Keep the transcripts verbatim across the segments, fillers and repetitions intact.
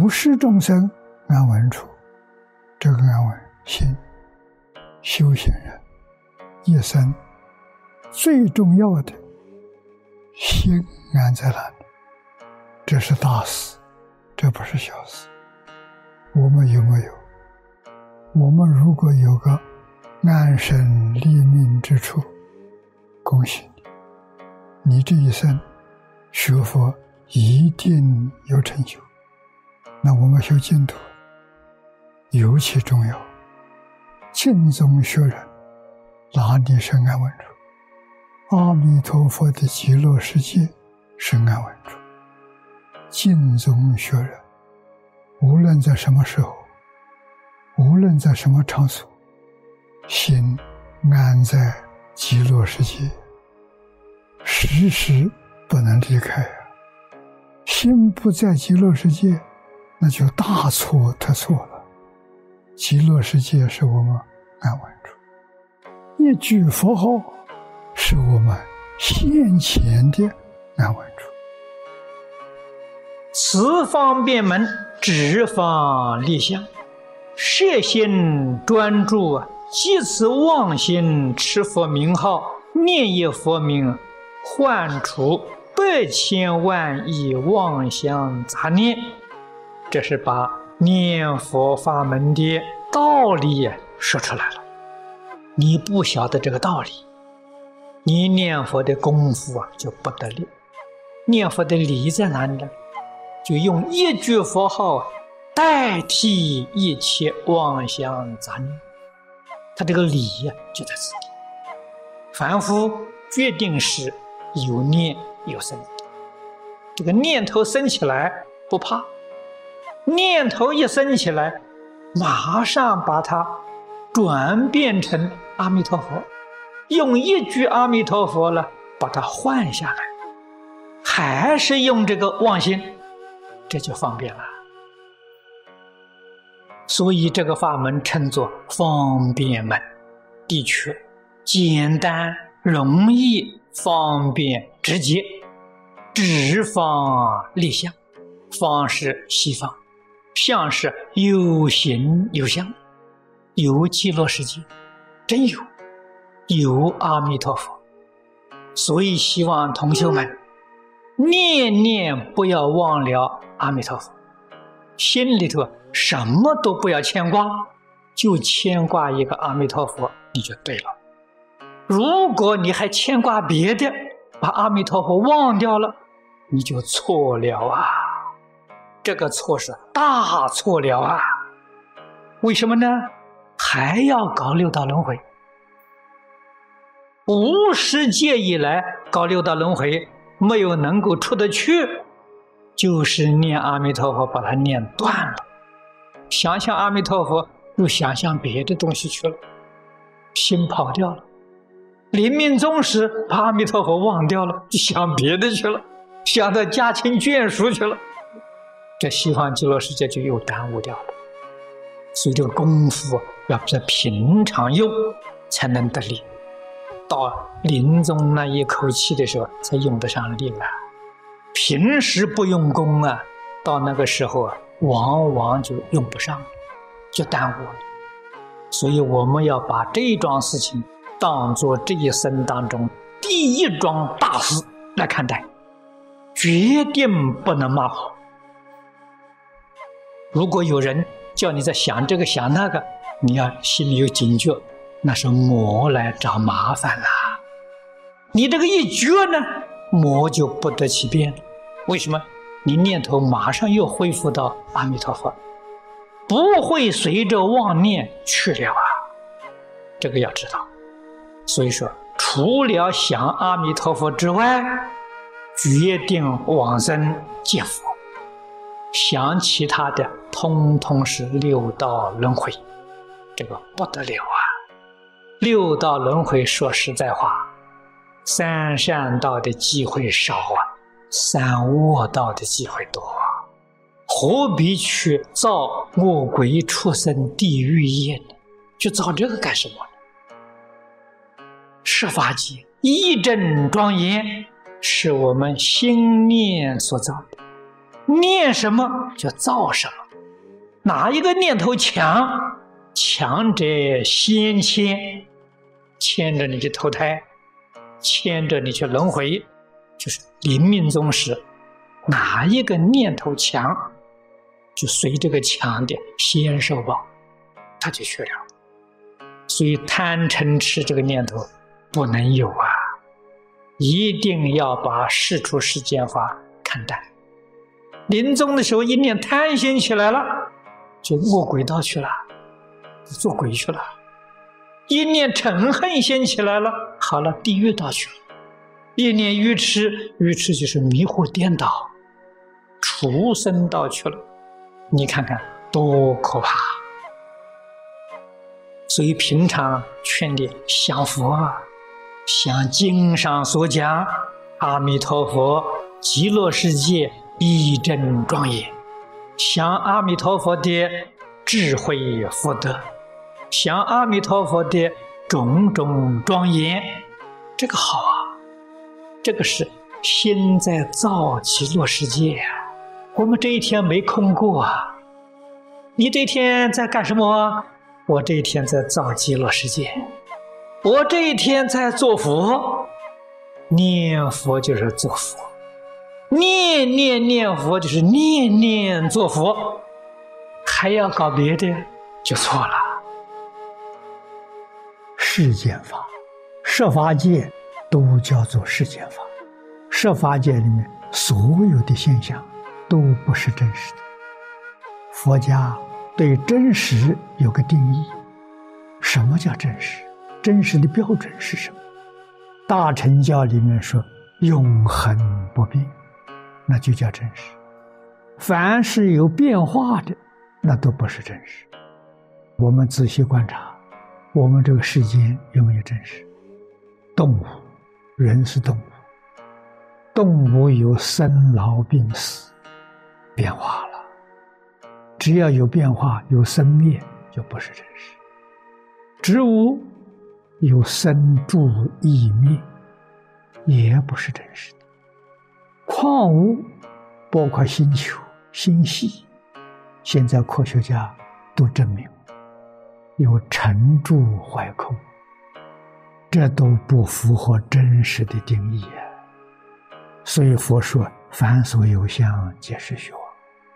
普世众生安稳处。这个安稳心，修行人一生最重要的心安在哪里？这是大事，这不是小事。我们有没有？我们如果有个安身立命之处，恭喜你，你这一生学佛一定有成就。那我们修净土尤其重要，净宗学人哪里是安稳处？阿弥陀佛的极乐世界是安稳处。净宗学人无论在什么时候，无论在什么场所，心安在极乐世界，时时不能离开啊！心不在极乐世界，那就大错特错了。极乐世界是我们安稳处，一句佛号是我们现前的安稳处。 此方便门，只方立相，摄心专注啊，即此妄心持佛名号，念一佛名，唤除百千万亿妄想杂念。这是把念佛法门的道理说出来了。你不晓得这个道理，你念佛的功夫啊就不得力。念佛的理在哪里呢？就用一句佛号代替一切妄想杂念，他这个理呀、啊、就在此地。凡夫决定是有念有生，这个念头生起来不怕，念头一生起来，马上把它转变成阿弥陀佛，用一句阿弥陀佛了，把它换下来，还是用这个妄心，这就方便了。所以这个法门称作方便门，的确简单、容易、方便、直接。直方立相，方是西方，相是有形有相，有极乐世界，真有，有阿弥陀佛。所以希望同学们念念不要忘了阿弥陀佛，心里头什么都不要牵挂，就牵挂一个阿弥陀佛，你就对了。如果你还牵挂别的，把阿弥陀佛忘掉了，你就错了啊！这个错是大错了啊！为什么呢？还要搞六道轮回。无始界以来搞六道轮回，没有能够出得去，就是念阿弥陀佛把它念断了。想想阿弥陀佛，又想想别的东西去了，心跑掉了。临命终时把阿弥陀佛忘掉了，想别的去了，想到家亲眷属去了，这西方极乐世界就又耽误掉了。所以这个功夫要在平常用才能得力，到临终那一口气的时候才用得上力了。平时不用功啊，到那个时候啊，往往就用不上了，就耽误了。所以我们要把这一桩事情当作这一生当中第一桩大事来看待，决定不能马虎。如果有人叫你在想这个想那个，你要心里有警觉，那是魔来找麻烦了。你这个一觉呢，魔就不得其便了。为什么？你念头马上又恢复到阿弥陀佛，不会随着妄念去了啊，这个要知道。所以说除了想阿弥陀佛之外，决定往生见佛，想其他的通通是六道轮回，这个不得了啊！六道轮回说实在话，三善道的机会少啊，三恶道的机会多啊，何必去造恶鬼畜生地狱业呢？去造这个干什么呢？十法界一真庄严，是我们心念所造的。 念什么就造什么，哪一个念头强，强者先牵，牵着你去投胎，牵着你去轮回，就是临命终时，哪一个念头强，就随这个强的先受报，他就去了。所以贪嗔痴这个念头不能有啊，一定要把世出世间法看淡。临终的时候一念贪心起来了，就卧轨道去了，做鬼去了。一念嗔恨心起来了，好了，地狱道去了。一念愚痴，愚痴就是迷惑颠倒，畜生道去了。你看看多可怕！所以平常劝你想佛啊，想经上所讲，阿弥陀佛极乐世界一真庄严，想阿弥陀佛的智慧福德，想阿弥陀佛的种种庄严，这个好啊，这个是心在造极乐世界啊。我们这一天没空过啊。你这一天在干什么？我这一天在造极乐世界，我这一天在做佛，念佛就是做佛，念念念佛就是念念做佛，还要搞别的就错了。 世间法，设法界都叫做世间法。设法界里面所有的现象都不是真实的。佛家对真实有个定义，什么叫真实？真实的标准是什么？大乘教里面说永恒不变，那就叫真实。凡是有变化的，那都不是真实。我们仔细观察，我们这个世间有没有真实？动物，人是动物，动物有生老病死，变化了。只要有变化，有生灭，就不是真实。植物有生住异灭，也不是真实的。矿物包括星球、星系，现在科学家都证明有沉住坏空，这都不符合真实的定义啊。所以佛说凡所有相，皆是虚妄。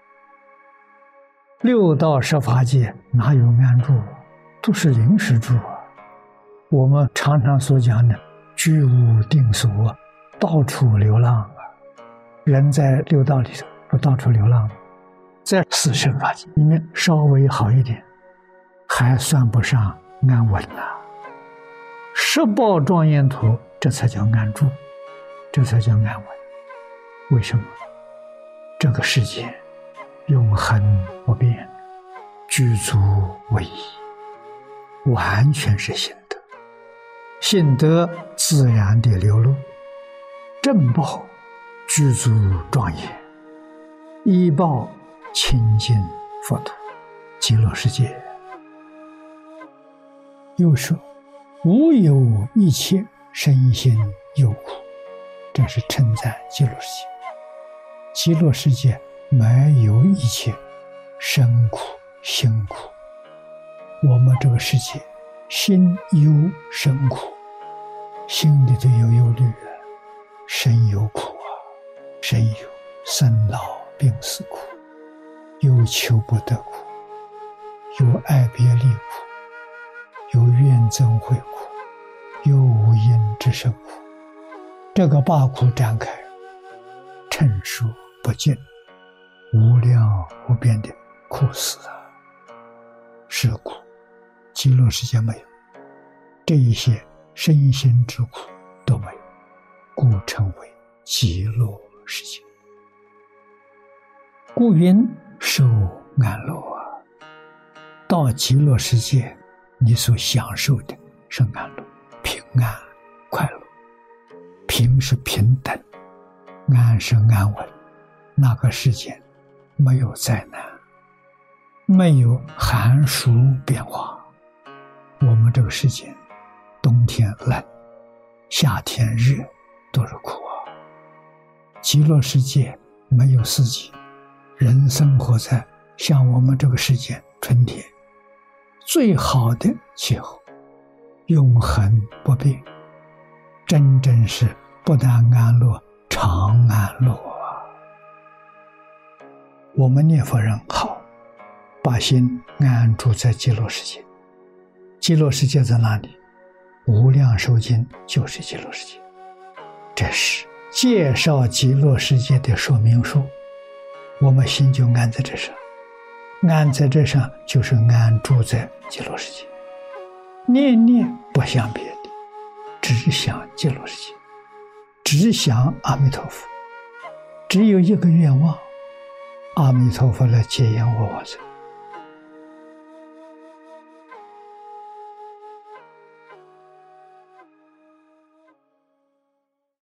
六道十法界哪有安住？都是临时住啊。我们常常所讲的居无定所，到处流浪啊。人在六道里头不到处流浪吗？在四圣法界里面稍微好一点，还算不上安稳啊。十报庄严土，这才叫安住，这才叫安稳。为什么？这个世界永恒不变，具足唯一，完全是心德，心德自然的流露，正报具足庄严，依报清净佛土，极乐世界。又说无有一切身心忧苦，这是称赞极乐世界。极乐世界没有一切身苦心苦，我们这个世界心忧身苦，心里头有忧虑，身有苦啊，身有生老病死苦，有求不得苦，有爱别离苦，有怨憎会苦，有无因之生苦。这个八苦展开，称数不尽，无量无边的苦死啊，是苦。极乐世界没有，这一些身心之苦都没有，故称为极乐世界。故云受安乐啊，到极乐世界你所享受的是安乐，平安快乐。平是平等，安是安稳，那个世界没有灾难，没有寒暑变化。我们这个世界冬天冷，夏天热，都是苦啊。极乐世界没有四季， 人生活在像我们这个世界春天最好的气候，永恒不变，真正是不但安乐，常安乐啊！我们念佛人好，把心安住在极乐世界。极乐世界在哪里？无量寿经就是极乐世界，这是介绍极乐世界的说明书。我们心就安在这上，安在这上就是安住在极乐世界，念念不想别的，只想极乐世界，只想阿弥陀佛，只有一个愿望，阿弥陀佛来接引我往生。